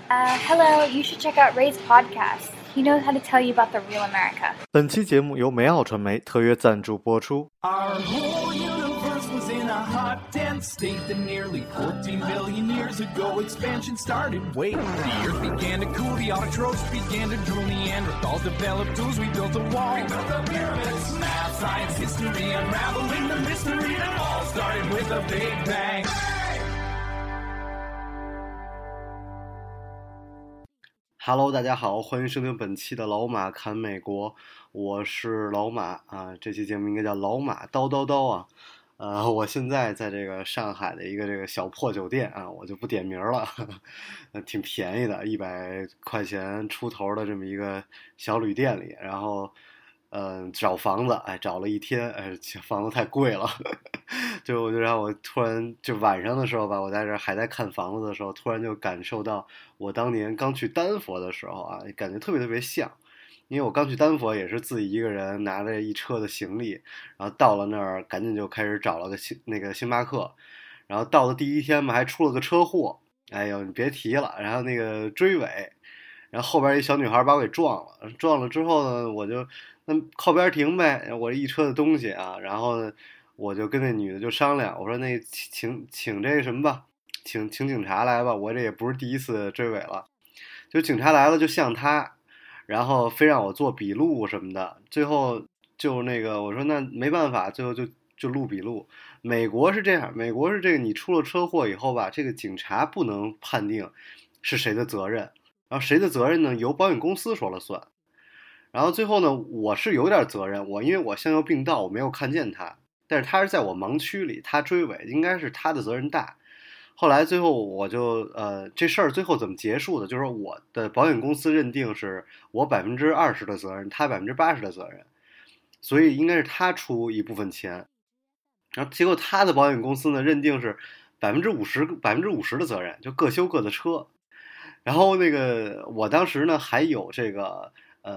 Hello, you should check out Ray's podcast. He knows how to tell you about the real America. 本期节目由美好传媒特约赞助播出。 Our whole universe was in a hot, dense state that nearly 14 billion years ago expansion started. Wait, the earth began to cool, the autotrophs began to drool, Neanderthals developed tools, we built a wall. We built the pyramids, math, science, history, unraveling the mystery that all started with a big bang. Hello， 大家好，欢迎收听本期的老马侃美国，我是老马啊。这期节目应该叫老马叨叨叨啊。我现在在这个上海的一个这个小破酒店啊，我就不点名了，挺便宜的，100块钱出头的这么一个小旅店里，然后找房子，找了一天，房子太贵了，就让我突然就晚上的时候吧，我在这还在看房子的时候，突然就感受到我当年刚去丹佛的时候啊，感觉特别特别像，因为我刚去丹佛也是自己一个人拿着一车的行李，然后到了那儿赶紧就开始找了个星巴克，然后到的第一天嘛还出了个车祸，哎呦你别提了，然后那个追尾，然后后边一小女孩把我给撞了之后呢，我就那靠边停呗，我一车的东西啊，然后呢我就跟那女的就商量，我说那请这什么吧，请警察来吧，我这也不是第一次追尾了，就警察来了就向他，然后非让我做笔录什么的，最后就那个我说那没办法，最后就录笔录。美国是这样，美国是这个你出了车祸以后吧，这个警察不能判定是谁的责任，然后谁的责任呢由保险公司说了算。然后最后呢，我是有点责任，因为我向右并道，我没有看见他，但是他是在我盲区里，他追尾应该是他的责任大。后来最后我就这事儿最后怎么结束的？就是我的保险公司认定是我20%的责任，他80%的责任，所以应该是他出一部分钱。然后结果他的保险公司呢认定是50%的责任，就各修各的车。然后那个我当时呢还有这个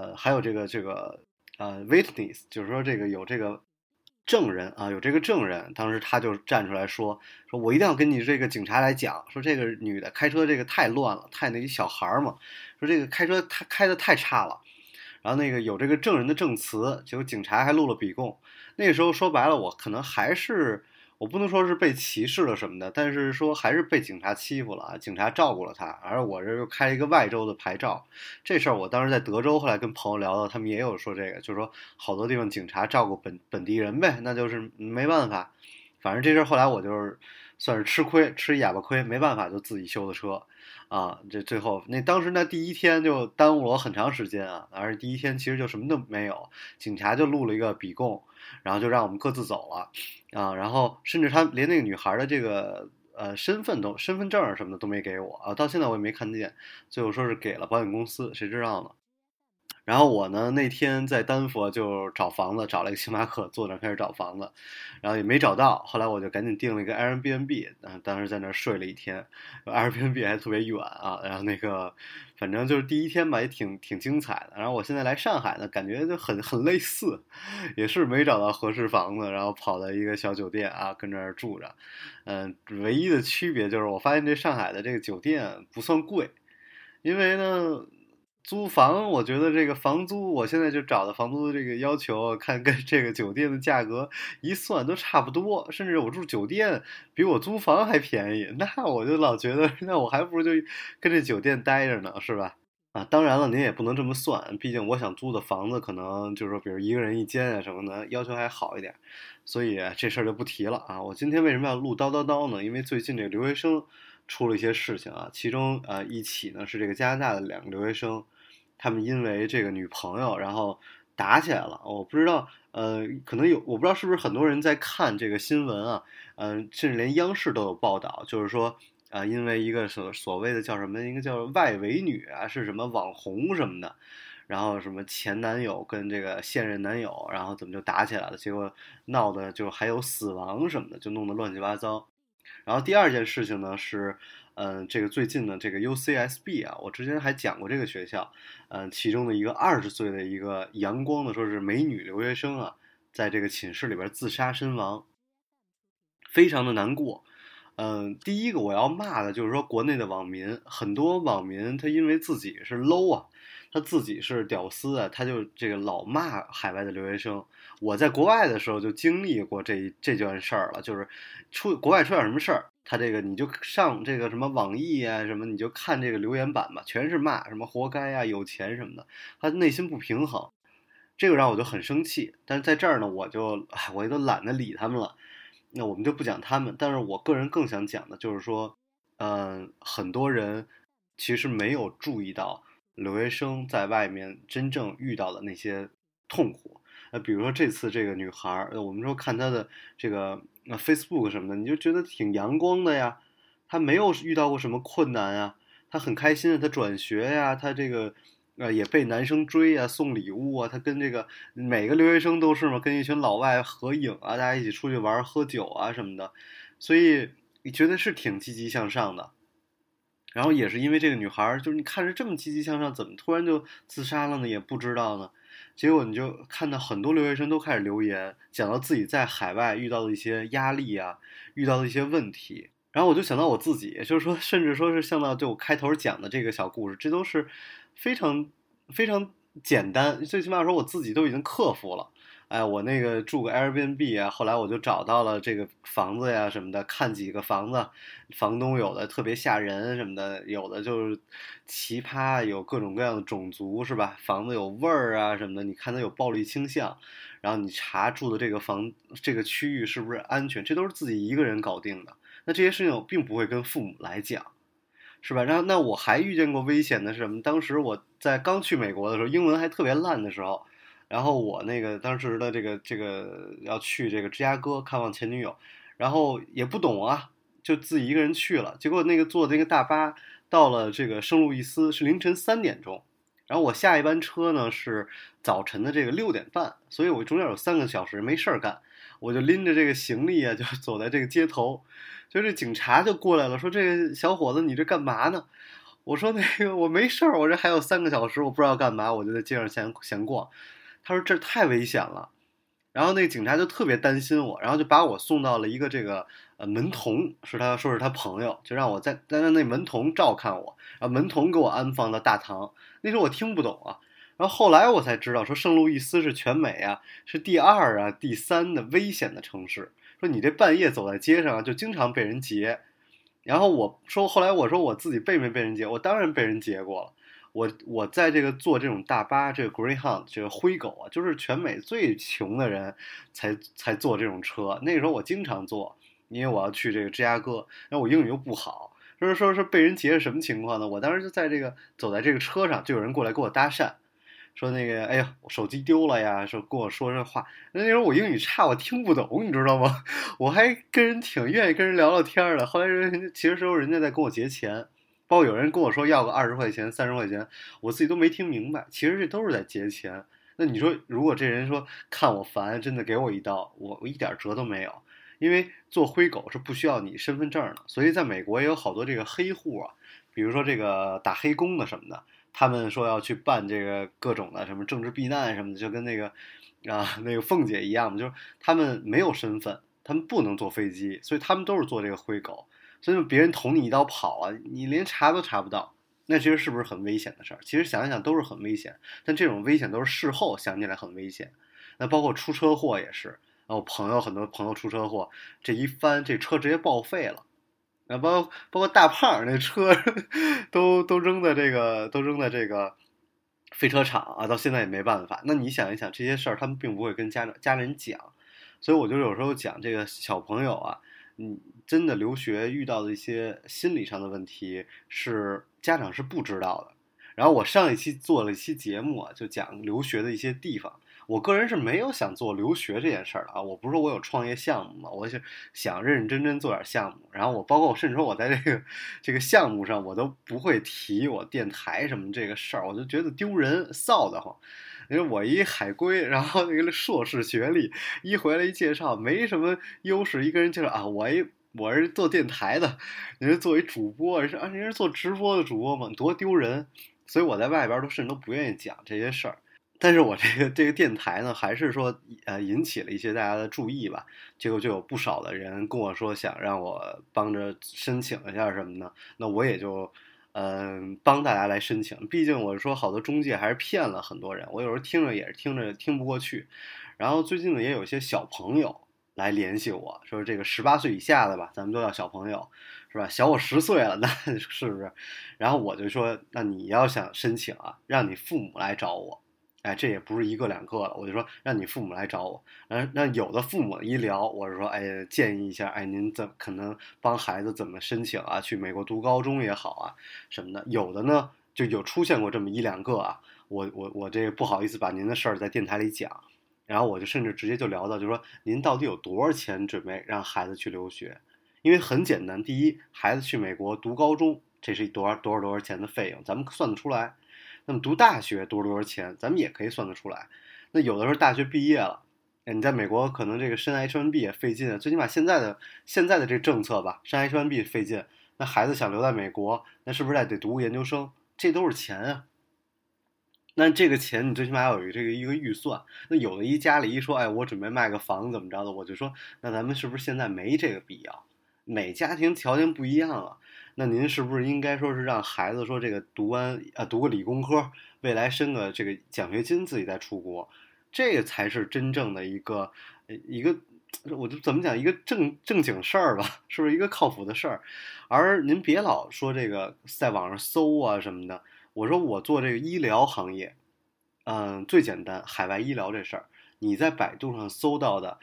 witness， 就是说这个有这个证人啊，有这个证人，当时他就站出来说我一定要跟你这个警察来讲，说这个女的开车这个太乱了，太那一小孩嘛，说这个开车他开的太差了。然后那个有这个证人的证词，结果警察还录了笔供。那个时候说白了，我可能还是我不能说是被歧视了什么的，但是说还是被警察欺负了，警察照顾了他，而我这又开了一个外州的牌照。这事儿我当时在德州，后来跟朋友聊到，他们也有说这个，就是说好多地方警察照顾本地人呗，那就是没办法。反正这事儿后来我就是算是吃亏，吃哑巴亏，没办法就自己修的车。这最后当时那第一天就耽误了我很长时间啊，而第一天其实就什么都没有，警察就录了一个笔供，然后就让我们各自走了然后甚至他连那个女孩的这个身份证什么的都没给我啊，到现在我也没看见，最后说是给了保险公司，谁知道呢？然后我呢那天在丹佛就找房子，找了一个星巴克，坐那开始找房子，然后也没找到，后来我就赶紧订了一个 Airbnb， 当时在那儿睡了一天， Airbnb 还特别远啊，然后那个反正就是第一天吧也挺精彩的。然后我现在来上海呢，感觉就很类似，也是没找到合适房子，然后跑到一个小酒店啊跟这儿住着。唯一的区别就是我发现这上海的这个酒店不算贵，因为呢租房，我觉得这个房租，我现在就找的房租的这个要求，看跟这个酒店的价格一算都差不多，甚至我住酒店比我租房还便宜，那我就老觉得，那我还不如就跟这酒店待着呢，是吧？当然了，您也不能这么算，毕竟我想租的房子可能就是说，比如一个人一间啊什么的，要求还好一点，所以这事儿就不提了啊。我今天为什么要录叨叨叨呢？因为最近这个留学生出了一些事情啊，其中一起呢是这个加拿大的2个留学生。他们因为这个女朋友，然后打起来了。我不知道，可能我不知道是不是很多人在看这个新闻啊，甚至连央视都有报道，就是说，因为一个所谓的叫什么，一个叫外围女啊，是什么网红什么的，然后什么前男友跟这个现任男友，然后怎么就打起来了，结果闹的就还有死亡什么的，就弄得乱七八糟。然后第二件事情呢是，这个最近的这个 UCSB 啊，我之前还讲过这个学校，其中的一个20岁的一个阳光的说是美女留学生啊，在这个寝室里边自杀身亡，非常的难过。 第一个我要骂的就是说国内的网民，很多网民他因为自己是 low 啊，他自己是屌丝啊，他就这个老骂海外的留学生。我在国外的时候就经历过这件事儿了，就是国外出点什么事儿，他这个你就上这个什么网易啊什么，你就看这个留言板吧，全是骂什么活该呀、有钱什么的，他内心不平衡，这个让我就很生气。但是在这儿呢，我也都懒得理他们了，那我们就不讲他们。但是我个人更想讲的就是说，很多人其实没有注意到留学生在外面真正遇到的那些痛苦。比如说这次这个女孩，我们说看她的这个Facebook 什么的，你就觉得挺阳光的呀，她没有遇到过什么困难啊，她很开心啊，她转学呀，她这个也被男生追啊，送礼物啊，她跟这个每个留学生都是嘛，跟一群老外合影啊，大家一起出去玩喝酒啊什么的，所以你觉得是挺积极向上的。然后也是因为这个女孩，就是你看着这么积极向上，怎么突然就自杀了呢？也不知道呢。结果你就看到很多留学生都开始留言，讲到自己在海外遇到的一些压力啊，遇到的一些问题。然后我就想到我自己，就是说，甚至说是像到就我开头讲的这个小故事，这都是非常非常简单，最起码说我自己都已经克服了。哎，我那个住个 Airbnb 啊，后来我就找到了这个房子呀什么的，看几个房子，房东有的特别吓人什么的，有的就是奇葩，有各种各样的种族是吧？房子有味儿啊什么的，你看它有暴力倾向，然后你查住的这个区域是不是安全，这都是自己一个人搞定的。那这些事情我并不会跟父母来讲，是吧？然后那我还遇见过危险的是什么？当时我在刚去美国的时候，英文还特别烂的时候。然后我那个当时的这个要去这个芝加哥看望前女友，然后也不懂啊，就自己一个人去了。结果那个坐那个大巴到了这个圣路易斯是凌晨3点钟，然后我下一班车呢是早晨的这个6点半，所以我中间有3个小时没事儿干，我就拎着这个行李啊，就走在这个街头，就这警察就过来了，说这个小伙子你这干嘛呢？我说那个我没事儿，我这还有3个小时，我不知道干嘛，我就在街上闲逛。他说这太危险了，然后那个警察就特别担心我，然后就把我送到了一个这个门童，他说是他朋友，就让我在那门童照看我，然后门童给我安放到大堂。那时候我听不懂啊，然后后来我才知道，说圣路易斯是全美啊是第2啊第3的危险的城市，说你这半夜走在街上就经常被人劫。然后后来我说我自己被没被人劫，我当然被人劫过了。我在这个坐这种大巴，这个 Greyhound 这个灰狗啊，就是全美最穷的人才坐这种车。那个时候我经常坐，因为我要去这个芝加哥，然后我英语又不好，说被人劫是什么情况呢？我当时就走在这个车上，就有人过来跟我搭讪，说那个哎呀我手机丢了呀，说跟我说这话。那时候我英语差，我听不懂，你知道吗？我还跟人挺愿意跟人聊聊天的。后来其实人家在跟我结钱。包括有人跟我说要个20块钱、30块钱，我自己都没听明白。其实这都是在劫钱。那你说，如果这人说看我烦，真的给我一刀，我一点辙都没有。因为做灰狗是不需要你身份证的，所以在美国也有好多这个黑户啊，比如说这个打黑工的什么的，他们说要去办这个各种的什么政治避难什么的，就跟那个凤姐一样，就是他们没有身份，他们不能坐飞机，所以他们都是做这个灰狗。所以别人捅你一刀跑啊，你连查都查不到，那其实是不是很危险的事儿？其实想一想都是很危险，但这种危险都是事后想起来很危险。那包括出车祸也是，我很多朋友出车祸，这一翻这车直接报废了。那包括大胖那车都扔在这个废车场啊，到现在也没办法。那你想一想这些事儿，他们并不会跟家人讲，所以我就有时候讲这个小朋友啊。真的留学遇到的一些心理上的问题是家长是不知道的。然后我上一期做了一期节目啊，就讲留学的一些地方。我个人是没有想做留学这件事儿的啊，我不是说我有创业项目嘛，我是想认认真真做点项目。然后我甚至说我在这个项目上我都不会提我电台什么这个事儿，我就觉得丢人臊得慌。因为我一海归，然后那个硕士学历，一回来一介绍没什么优势，一个人介绍啊，我是做电台的，你是作为主播，你是做直播的主播吗？多丢人！所以我在外边甚至都不愿意讲这些事儿。 但是我这个电台呢，还是说引起了一些大家的注意吧。结果就有不少的人跟我说想让我帮着申请一下什么的，那我也就帮大家来申请。毕竟我说好多中介还是骗了很多人，我有时候听着也是听不过去。然后最近呢，也有一些小朋友来联系我说这个18岁以下的吧，咱们都叫小朋友，是吧？小我10岁了，那是不是？然后我就说，那你要想申请啊，让你父母来找我。哎，这也不是一个两个了，我就说让你父母来找我。那有的父母一聊，我是说，哎，建议一下，哎，您可能帮孩子怎么申请啊？去美国读高中也好啊，什么的。有的呢，就有出现过这么一两个啊，我这不好意思把您的事儿在电台里讲，然后我就甚至直接就聊到，就说您到底有多少钱准备让孩子去留学？因为很简单，第一，孩子去美国读高中，这是多少钱的费用，咱们算得出来。那么读大学多少钱，咱们也可以算得出来。那有的时候大学毕业了，你在美国可能这个申 H1B 也费劲，最起码现在的这个政策吧，申 H1B 费劲。那孩子想留在美国，那是不是得读研究生？这都是钱啊。那这个钱你最起码要有一个预算。那有的家里说，哎，我准备卖个房怎么着的，我就说，那咱们是不是现在没这个必要？每家庭条件不一样啊。那您是不是应该说是让孩子说这个读个理工科，未来申个这个奖学金，自己再出国，这个才是真正的一个，我就怎么讲，一个正经事儿吧，是不是一个靠谱的事儿？而您别老说这个在网上搜啊什么的。我说我做这个医疗行业，最简单，海外医疗这事儿，你在百度上搜到的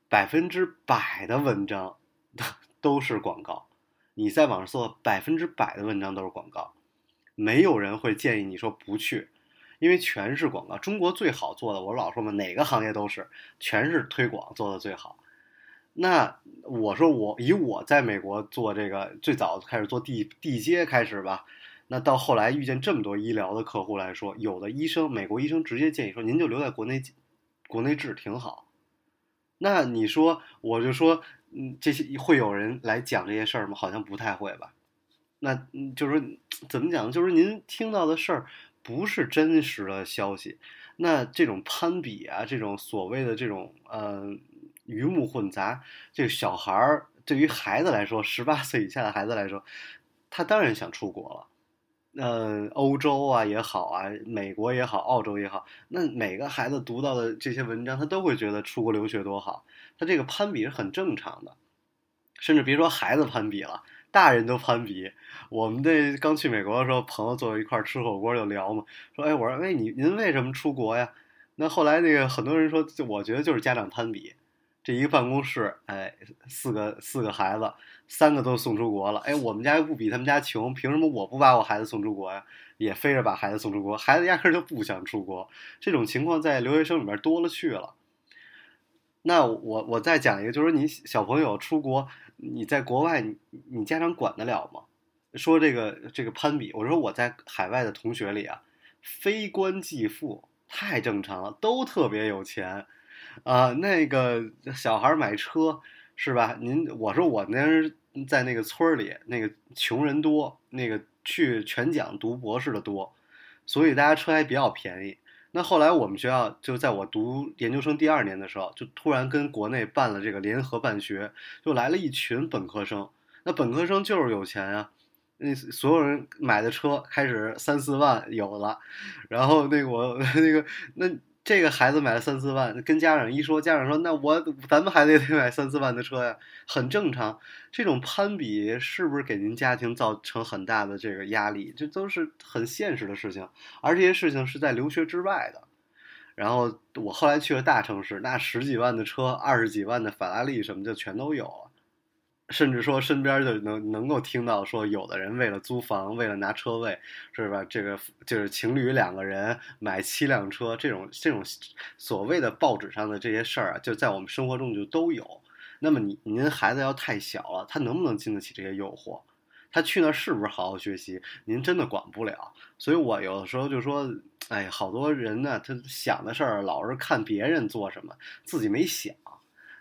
100%的文章都是广告。你在网上搜的100%的文章都是广告，没有人会建议你说不去，因为全是广告。中国最好做的，我老说嘛，哪个行业都是，全是推广做的最好。那我说我在美国做这个，最早开始做地接开始吧，那到后来遇见这么多医疗的客户来说，有的美国医生直接建议说，您就留在国内治挺好。那你说，我就说，这些会有人来讲这些事儿吗？好像不太会吧。那就是说怎么讲？就是您听到的事儿不是真实的消息。那这种攀比啊，这种所谓的这种鱼目混杂，这个小孩儿对于孩子来说，18岁以下的孩子来说，他当然想出国了。欧洲啊也好啊，美国也好，澳洲也好，那每个孩子读到的这些文章，他都会觉得出国留学多好。他这个攀比是很正常的，甚至别说孩子攀比了，大人都攀比。我们这刚去美国的时候，朋友坐在一块吃火锅就聊嘛，说，哎，我说，哎，您为什么出国呀？那后来那个很多人说，我觉得就是家长攀比。这一个办公室，哎，四个孩子，3个都送出国了。哎，我们家又不比他们家穷，凭什么我不把我孩子送出国呀？也非着把孩子送出国，孩子压根就不想出国。这种情况在留学生里面多了去了。那我再讲一个，就是你小朋友出国，你在国外，你家长管得了吗？说这个攀比，我说我在海外的同学里啊，非官即富，太正常了，都特别有钱。那个小孩买车是吧？我说我那是在那个村里，那个穷人多，那个去全奖读博士的多，所以大家车还比较便宜。那后来我们学校就在我读研究生第2年的时候，就突然跟国内办了这个联合办学，就来了一群本科生。那本科生就是有钱啊，所有人买的车开始3、4万有了，然后那这个孩子买了3、4万，跟家长一说，家长说，那咱们孩子也得买3、4万的车呀，很正常。这种攀比是不是给您家庭造成很大的这个压力？这都是很现实的事情，而这些事情是在留学之外的。然后我后来去了大城市，那10几万的车，20几万的法拉利什么就全都有了。甚至说身边就能够听到说，有的人为了租房，为了拿车位，是吧？这个就是情侣2个人买7辆车，这种所谓的报纸上的这些事儿啊，就在我们生活中就都有。那么您孩子要太小了，他能不能经得起这些诱惑？他去那儿是不是好好学习？您真的管不了。所以我有的时候就说，哎，好多人呢，他想的事儿老是看别人做什么，自己没想。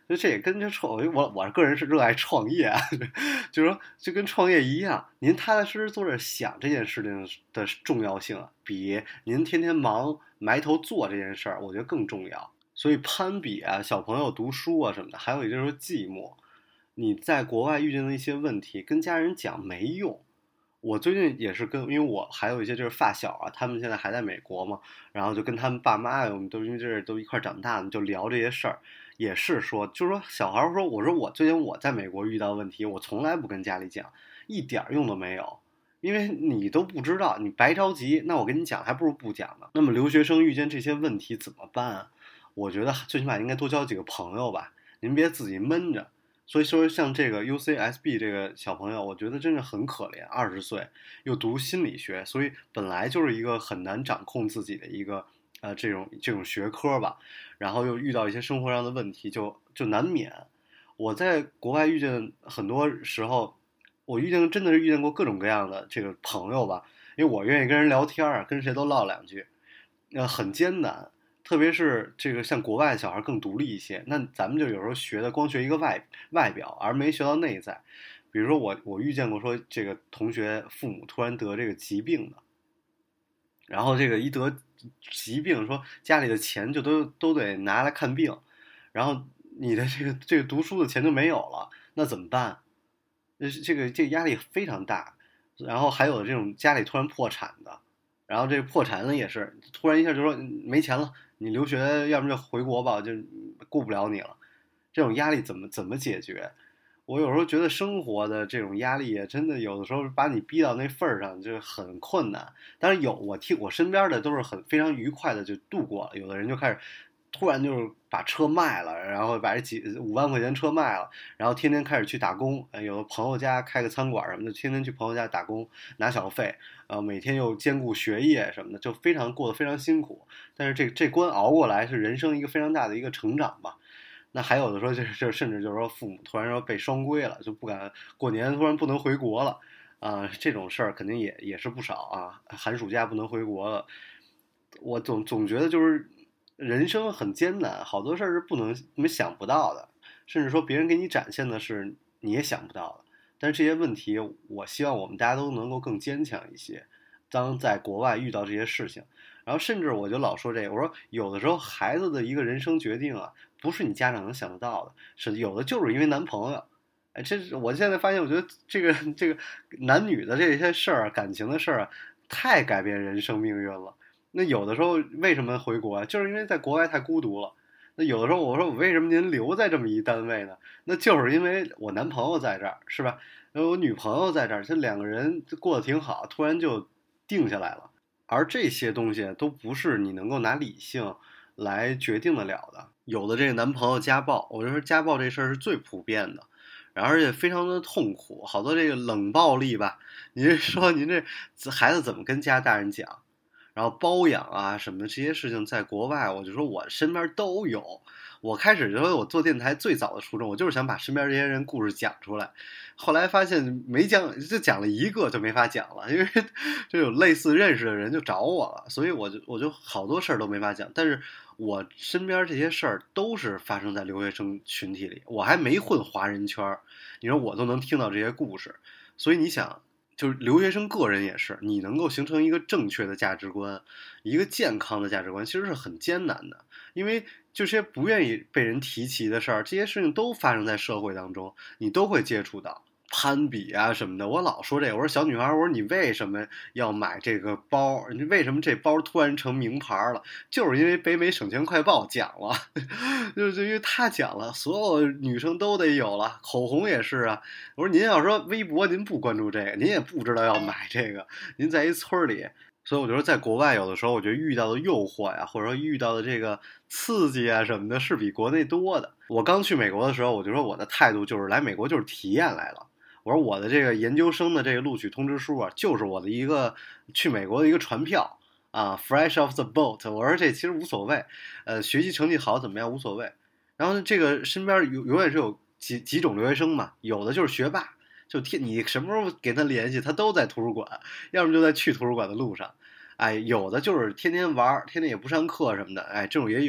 就这也跟这我个人是热爱创业啊，就是说就跟创业一样，您踏踏实实坐着想这件事情的重要性啊，比您天天忙埋头做这件事儿，我觉得更重要。所以攀比啊，小朋友读书啊什么的，还有也就是说寂寞，你在国外遇见的一些问题，跟家人讲没用。我最近也是因为我还有一些就是发小啊，他们现在还在美国嘛，然后就跟他们爸妈呀，我们都因为这都一块长大的，就聊这些事儿，也是说，就是说小孩说，我说我最近我在美国遇到问题，我从来不跟家里讲，一点用都没有，因为你都不知道，你白着急，那我跟你讲还不如不讲呢。那么留学生遇见这些问题怎么办啊？我觉得最起码应该多交几个朋友吧，您别自己闷着。所以说，像这个 UCSB 这个小朋友，我觉得真是很可怜，20岁又读心理学，所以本来就是一个很难掌控自己的一个这种学科吧，然后又遇到一些生活上的问题，就难免。我在国外遇见很多时候，我真的是遇见过各种各样的这个朋友吧，因为我愿意跟人聊天啊，跟谁都唠两句，很艰难。特别是这个像国外小孩更独立一些，那咱们就有时候光学一个外表，而没学到内在。比如说我遇见过说这个同学父母突然得这个疾病的，然后这个一得疾病，说家里的钱就都得拿来看病，然后你的这个读书的钱就没有了，那怎么办？这个压力非常大。然后还有这种家里突然破产的，然后这个破产了也是突然一下就说没钱了。你留学要么就回国吧，就顾不了你了，这种压力怎么解决？我有时候觉得生活的这种压力真的有的时候把你逼到那份儿上就很困难。但是我身边的都是非常愉快的就度过了，有的人就开始突然就是把车卖了，然后把这5万块钱车卖了，然后天天开始去打工，有的朋友家开个餐馆什么的，天天去朋友家打工拿小费，每天又兼顾学业什么的，就过得非常辛苦。但是这关熬过来是人生一个非常大的一个成长吧。那还有的说甚至就是说父母突然说被双规了，就不敢过年，突然不能回国了这种事儿肯定也是不少啊。寒暑假不能回国了，我总觉得就是人生很艰难，好多事儿是你们想不到的，甚至说别人给你展现的是你也想不到的。但是这些问题，我希望我们大家都能够更坚强一些，当在国外遇到这些事情。然后甚至我就老说这个，我说有的时候孩子的一个人生决定啊，不是你家长能想得到的，是有的就是因为男朋友。这是我现在发现，我觉得这个男女的这些事儿，感情的事儿啊，太改变人生命运了。那有的时候为什么回国啊？就是因为在国外太孤独了。那有的时候我说我为什么您留在这么一单位呢？那就是因为我男朋友在这儿，是吧？我女朋友在这儿，这2个人过得挺好，突然就定下来了。而这些东西都不是你能够拿理性来决定得了的。有的这个男朋友家暴，我就说家暴这事儿是最普遍的，然后而且非常的痛苦，好多这个冷暴力吧。您说您这孩子怎么跟家大人讲？然后包养啊什么的这些事情，在国外我就说我身边都有。我开始就说我做电台最早的初衷，我就是想把身边这些人故事讲出来。后来发现没讲，就讲了一个就没法讲了，因为就有类似认识的人就找我了，所以我就好多事儿都没法讲。但是我身边这些事儿都是发生在留学生群体里，我还没混华人圈，你说我都能听到这些故事。所以你想，就是留学生个人也是，你能够形成一个正确的价值观，一个健康的价值观，其实是很艰难的。因为这些不愿意被人提起的事儿，这些事情都发生在社会当中，你都会接触到。攀比啊什么的，我老说这个，我说小女孩，我说你为什么要买这个包？你为什么这包突然成名牌了？就是因为北美省钱快报讲了，就是因为他讲了，所有女生都得有了，口红也是啊。我说您要说微博您不关注这个，您也不知道要买这个，您在一村里。所以我觉得在国外有的时候，我觉得遇到的诱惑呀，或者说遇到的这个刺激啊什么的，是比国内多的。我刚去美国的时候，我就说我的态度就是来美国就是体验来了。我说我的这个研究生的这个录取通知书啊，就是我的一个去美国的一个船票啊 ，fresh off the boat。我说这其实无所谓，学习成绩好怎么样无所谓。然后这个身边永远是有几种留学生嘛，有的就是学霸。就你什么时候给他联系，他都在图书馆，要么就在去图书馆的路上。有的就是天天玩，天天也不上课什么的，这种也有。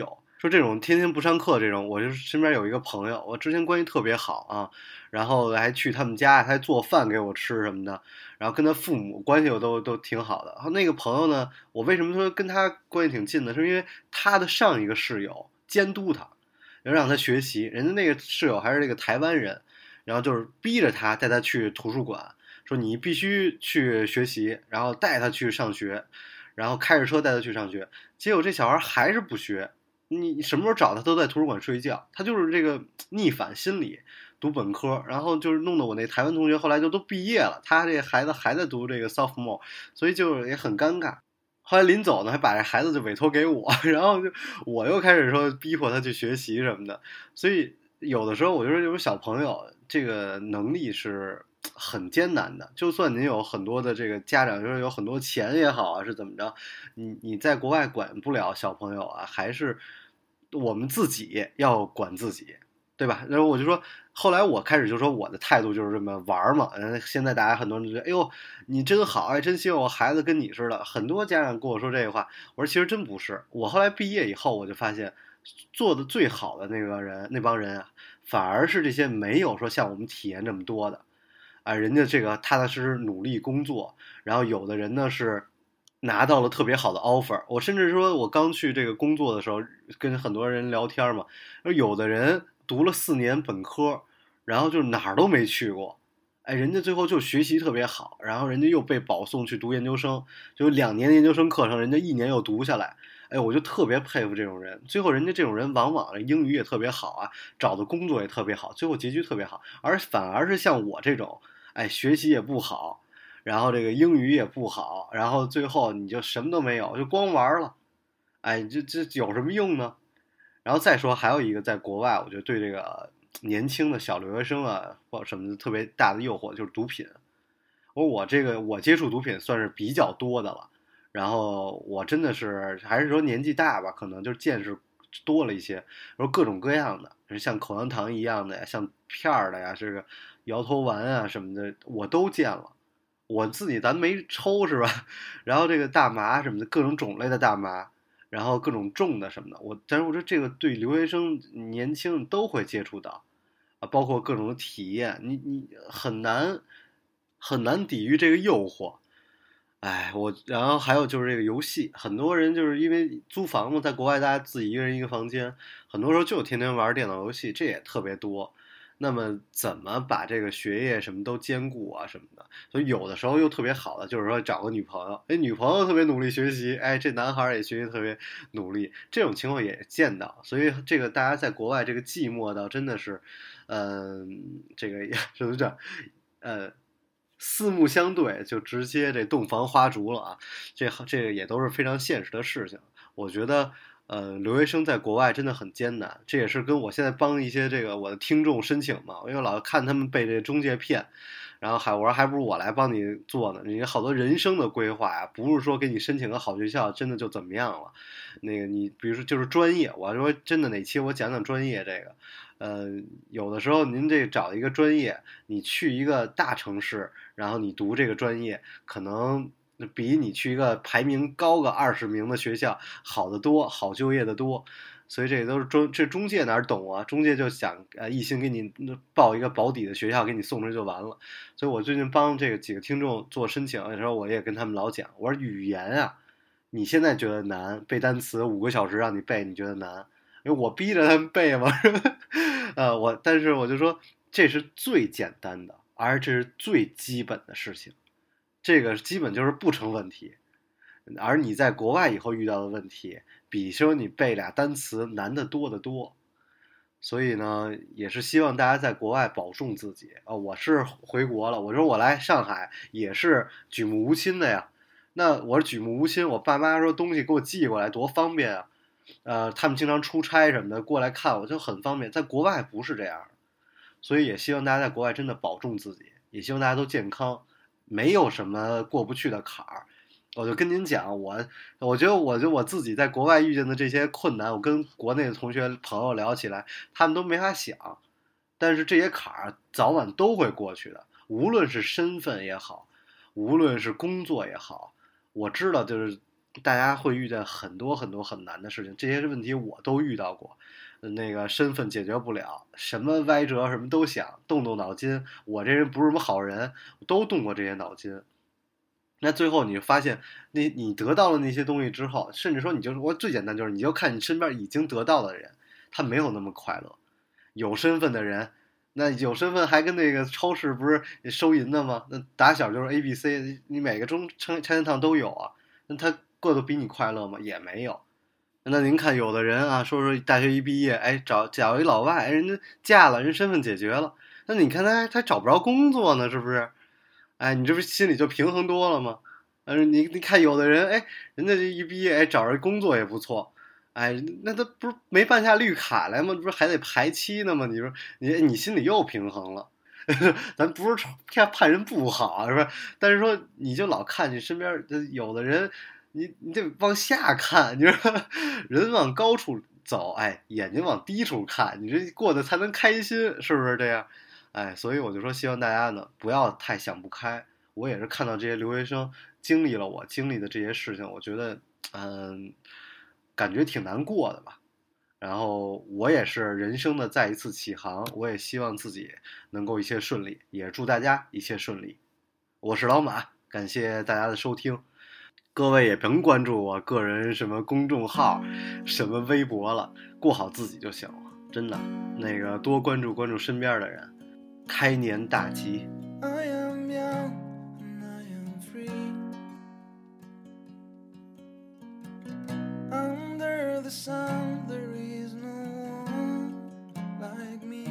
说这种天天不上课这种，我就身边有一个朋友，我之前关系特别好啊，然后还去他们家，还做饭给我吃什么的，然后跟他父母关系我都挺好的。然后那个朋友呢，我为什么说跟他关系挺近呢？是因为他的上一个室友监督他，要让他学习，人家那个室友还是那个台湾人，然后就是逼着他带他去图书馆，说你必须去学习，然后带他去上学，然后开着车带他去上学。结果这小孩还是不学。你什么时候找他都在图书馆睡觉，他就是这个逆反心理，读本科，然后就是弄得我那台湾同学后来就都毕业了，他这孩子还在读这个 sophomore， 所以就也很尴尬。后来临走呢，还把这孩子就委托给我，然后就我又开始说逼迫他去学习什么的，所以有的时候我觉得有小朋友这个能力是很艰难的，就算您有很多的这个家长，就是有很多钱也好啊，是怎么着，你在国外管不了小朋友啊，还是我们自己要管自己，对吧？然后我就说，后来我开始就说我的态度就是这么玩嘛。现在大家很多人就觉得，哎呦，你真好，哎，真希望我孩子跟你似的。很多家长跟我说这个话，我说其实真不是。我后来毕业以后，我就发现，做的最好的那帮人啊，反而是这些没有说像我们体验这么多的。啊，人家这个踏踏实实努力工作，然后有的人呢是拿到了特别好的 offer。我甚至说，我刚去这个工作的时候，跟很多人聊天嘛，有的人读了4年本科，然后就哪儿都没去过，哎，人家最后就学习特别好，然后人家又被保送去读研究生，就2年研究生课程，人家1年又读下来。哎，我就特别佩服这种人。最后人家这种人往往英语也特别好啊，找的工作也特别好，最后结局特别好。反而是像我这种，哎，学习也不好，然后这个英语也不好，然后最后你就什么都没有，就光玩了。哎，这有什么用呢？然后再说还有一个，在国外，我觉得对这个年轻的小留学生啊或什么的特别大的诱惑就是毒品。我接触毒品算是比较多的了，然后我真的是还是说年纪大吧，可能就是见识多了一些，然后各种各样的，像口香糖一样的呀，像片儿的呀，这个摇头丸啊什么的，我都见了。我自己咱没抽是吧？然后这个大麻什么的，各种种类的大麻，然后各种种的什么的，但是我说这个对留学生年轻人都会接触到啊，包括各种的体验，你很难抵御这个诱惑。哎，然后还有就是这个游戏，很多人就是因为租房嘛，在国外大家自己一个人一个房间，很多时候就天天玩电脑游戏，这也特别多。那么怎么把这个学业什么都兼顾啊什么的？所以有的时候又特别好的就是说找个女朋友，哎，女朋友特别努力学习，哎，这男孩也学习特别努力，这种情况也见到。所以这个大家在国外这个寂寞到真的是，这个什么叫，四目相对就直接这洞房花烛了啊，这个也都是非常现实的事情。我觉得，留学生在国外真的很艰难，这也是跟我现在帮一些这个我的听众申请嘛，因为老看他们被这中介骗，然后我说还不如我来帮你做呢。你好多人生的规划呀，不是说给你申请个好学校真的就怎么样了。那个你比如说就是专业，我说真的哪期我讲讲专业这个。有的时候您这找一个专业，你去一个大城市，然后你读这个专业，可能比你去一个排名高个20名的学校好得多，好就业的多。所以这都是中介哪懂啊？中介就想一心给你报一个保底的学校，给你送出去就完了。所以我最近帮这个几个听众做申请的时候，我也跟他们老讲，我说语言啊，你现在觉得难，背单词5个小时让你背，你觉得难？因为我逼着他们背嘛，但是我就说这是最简单的，而这是最基本的事情，这个基本就是不成问题。而你在国外以后遇到的问题，比说你背俩单词难得多得多。所以呢，也是希望大家在国外保重自己啊。我是回国了，我说我来上海也是举目无亲的呀。那我是举目无亲，我爸妈说东西给我寄过来多方便啊。他们经常出差什么的过来看我就很方便，在国外不是这样的，所以也希望大家在国外真的保重自己，也希望大家都健康，没有什么过不去的坎儿。我就跟您讲，我觉得我自己在国外遇见的这些困难，我跟国内的同学朋友聊起来，他们都没法想，但是这些坎儿早晚都会过去的，无论是身份也好，无论是工作也好，我知道就是大家会遇见很多很多很难的事情，这些问题我都遇到过。那个身份解决不了，什么歪折什么都想，动动脑筋。我这人不是什么好人，都动过这些脑筋。那最后你就发现，你得到了那些东西之后，甚至说我最简单就是，你就看你身边已经得到的人，他没有那么快乐。有身份的人，那有身份还跟那个超市不是收银的吗？那打小就是 ABC， 你每个Chinatown都有啊。那他过得比你快乐吗？也没有。那您看，有的人啊，说大学一毕业，哎，找一老外，哎，人家嫁了，人身份解决了。那你看他找不着工作呢，是不是？哎，你这不心里就平衡多了吗？你看有的人，哎，人家这一毕业，哎，找着工作也不错，哎，那他不是没办下绿卡来吗？不是还得排期呢吗？你说你心里又平衡了。咱不是看人不好，是吧？但是说你就老看你身边有的人，你得往下看，你说人往高处走，哎，眼睛往低处看，你这过得才能开心，是不是这样？哎，所以我就说，希望大家呢不要太想不开。我也是看到这些留学生经历了我经历的这些事情，我觉得，感觉挺难过的吧。然后我也是人生的再一次起航，我也希望自己能够一切顺利，也祝大家一切顺利。我是老马，感谢大家的收听。各位也甭关注我个人什么公众号、什么微博了，过好自己就行了。真的，那个多关注关注身边的人。开年大吉。 I am young and I am free. Under the sun, there is no one like me.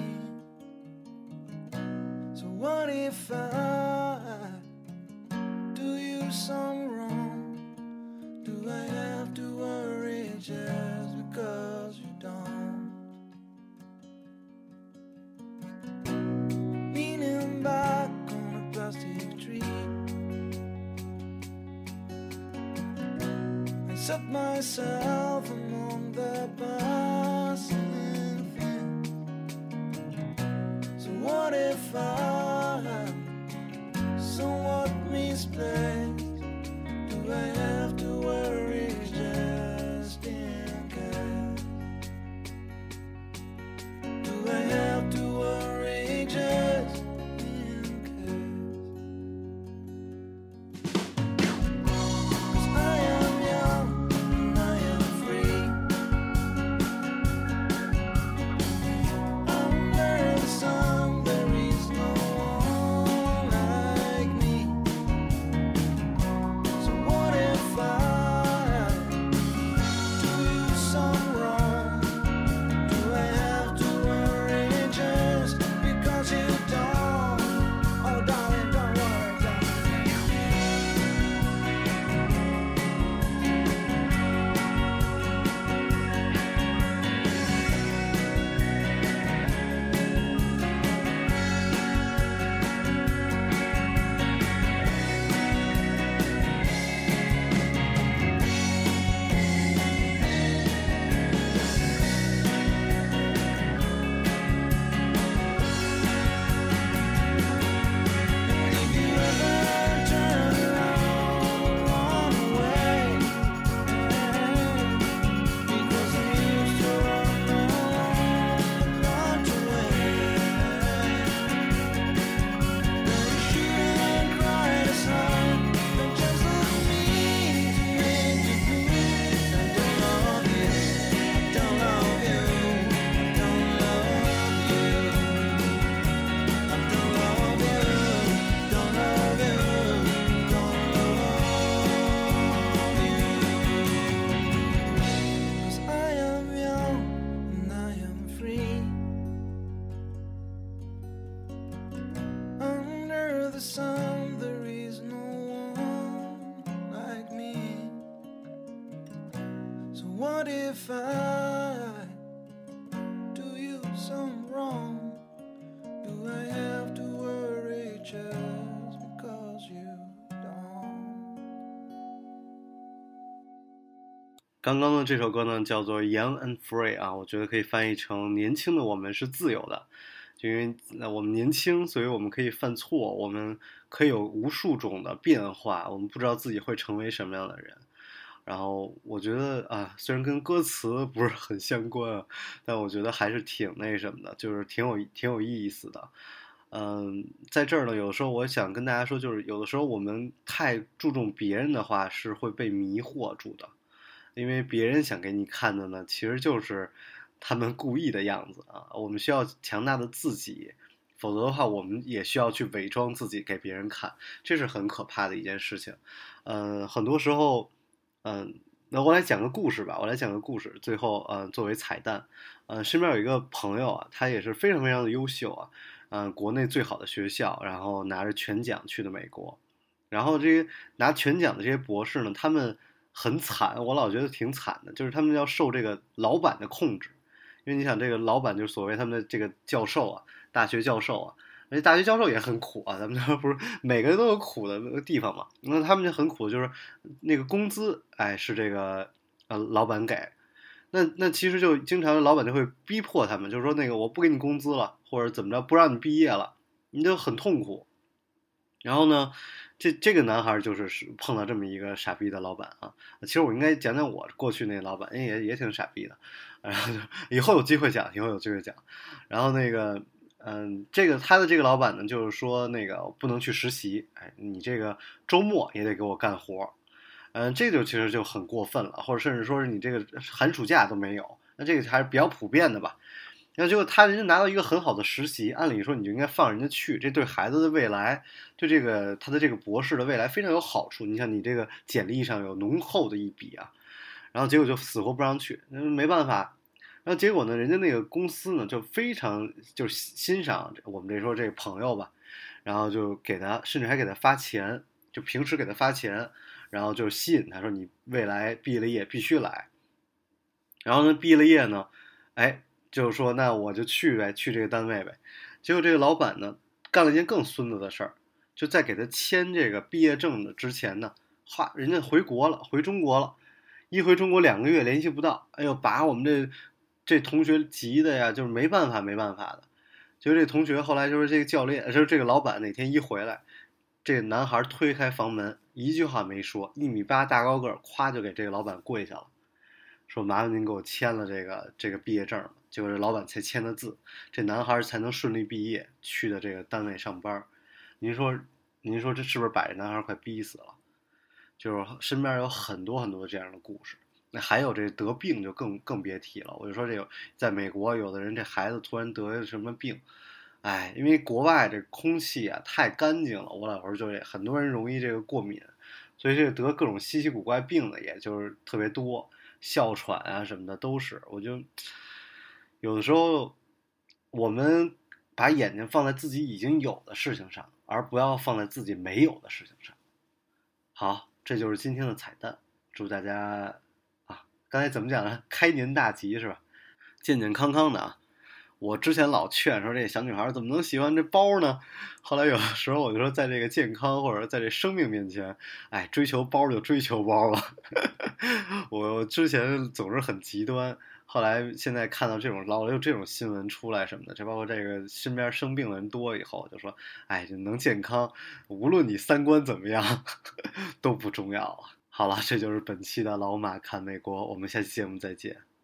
So what if I do you some wrong? Do I have to worry just because you don't? Leaning back on a plastic tree, I set myself among the passing things. So what if I'm somewhat misplaced? Do I have to worry just in case? Do I have to worry just in case? 'Cause I am young and I am free. Under the sun, there is no one like me. So what if I do you some wrong? Do I have to worry just because you don't? Oh, darling, don't worry, darling. If you ever turn around, run away, because I'm used to run alone, not away. Then you shouldn't cry the sun, but just look me to make you blue. I don't love you, I don't love you, I don't love you. I don't love you, don't love you, don't love you. 'Cause I am young and I am free. Under the sun, there is no one like me. So what if I do you some wrong? Do I have to worry just because you don't? 刚刚的这首歌呢，叫做《Young and Free》啊，我觉得可以翻译成“年轻的我们是自由的”。就因为我们年轻，所以我们可以犯错，我们可以有无数种的变化，我们不知道自己会成为什么样的人。 然后我觉得啊，虽然跟歌词不是很相关啊，但我觉得还是挺那什么的，就是挺有意思的。在这儿呢，有的时候我想跟大家说，就是有的时候我们太注重别人的话，是会被迷惑住的，因为别人想给你看的呢，其实就是他们故意的样子啊。我们需要强大的自己，否则的话，我们也需要去伪装自己给别人看，这是很可怕的一件事情。很多时候，那我来讲个故事吧，我来讲个故事，最后作为彩蛋，身边有一个朋友啊，他也是非常非常的优秀啊。国内最好的学校，然后拿着全奖去的美国，然后这些拿全奖的这些博士呢，他们很惨，我老觉得挺惨的，就是他们要受这个老板的控制，因为你想这个老板就是所谓他们的这个教授啊，大学教授啊，而且大学教授也很苦啊，咱们这不是每个人都有苦的地方嘛，那他们就很苦，就是那个工资，哎，是这个老板给。那其实就经常老板就会逼迫他们，就是说那个我不给你工资了，或者怎么着不让你毕业了，你就很痛苦。然后呢，这个男孩就是碰到这么一个傻逼的老板啊。其实我应该讲讲我过去那老板，也挺傻逼的。然后就以后有机会讲，以后有机会讲。然后那个这个他的这个老板呢，就是说那个不能去实习，哎，你这个周末也得给我干活。这就其实就很过分了，或者甚至说是你这个寒暑假都没有，那这个还是比较普遍的吧。那结果人家拿到一个很好的实习，按理说你就应该放人家去，这对孩子的未来，对这个他的这个博士的未来非常有好处。你想你这个简历上有浓厚的一笔啊，然后结果就死活不让去，没办法。然后结果呢，人家那个公司呢就非常就欣赏我们这个朋友吧，然后就给他，甚至还给他发钱，就平时给他发钱。然后就吸引他说你未来毕了业必须来，然后呢毕了业呢，哎，就是说那我就去呗，去这个单位呗。结果这个老板呢干了一件更孙子的事儿，就在给他签这个毕业证的之前呢，人家回国了，回中国了，一回中国2个月联系不到，哎呦，把我们这同学急的呀，就是没办法的。结果这同学后来就是这个教练，就是这个老板哪天一回来，这个男孩推开房门，一句话没说，1.8米大高个儿，咵就给这个老板跪下了，说麻烦您给我签了这个毕业证。结果这老板才签的字，这男孩才能顺利毕业，去的这个单位上班。您说这是不是把这男孩快逼死了？就是身边有很多很多这样的故事。那还有这得病就更别提了。我就说这个，在美国有的人这孩子突然得什么病。哎，因为国外这空气啊太干净了，我老说就很多人容易这个过敏，所以这个得各种稀奇古怪病的也就是特别多，哮喘啊什么的都是。我就有的时候我们把眼睛放在自己已经有的事情上，而不要放在自己没有的事情上。好，这就是今天的彩蛋，祝大家啊，刚才怎么讲呢？开年大吉是吧？健健康康的啊。我之前老劝说这小女孩怎么能喜欢这包呢？后来有的时候我就说，在这个健康或者在这生命面前，哎，追求包就追求包了。我之前总是很极端，后来现在看到老有这种新闻出来什么的，这包括这个身边生病的人多以后，就说，哎，就能健康，无论你3观怎么样，都不重要啊。好了，这就是本期的老马看美国，我们下期节目再见。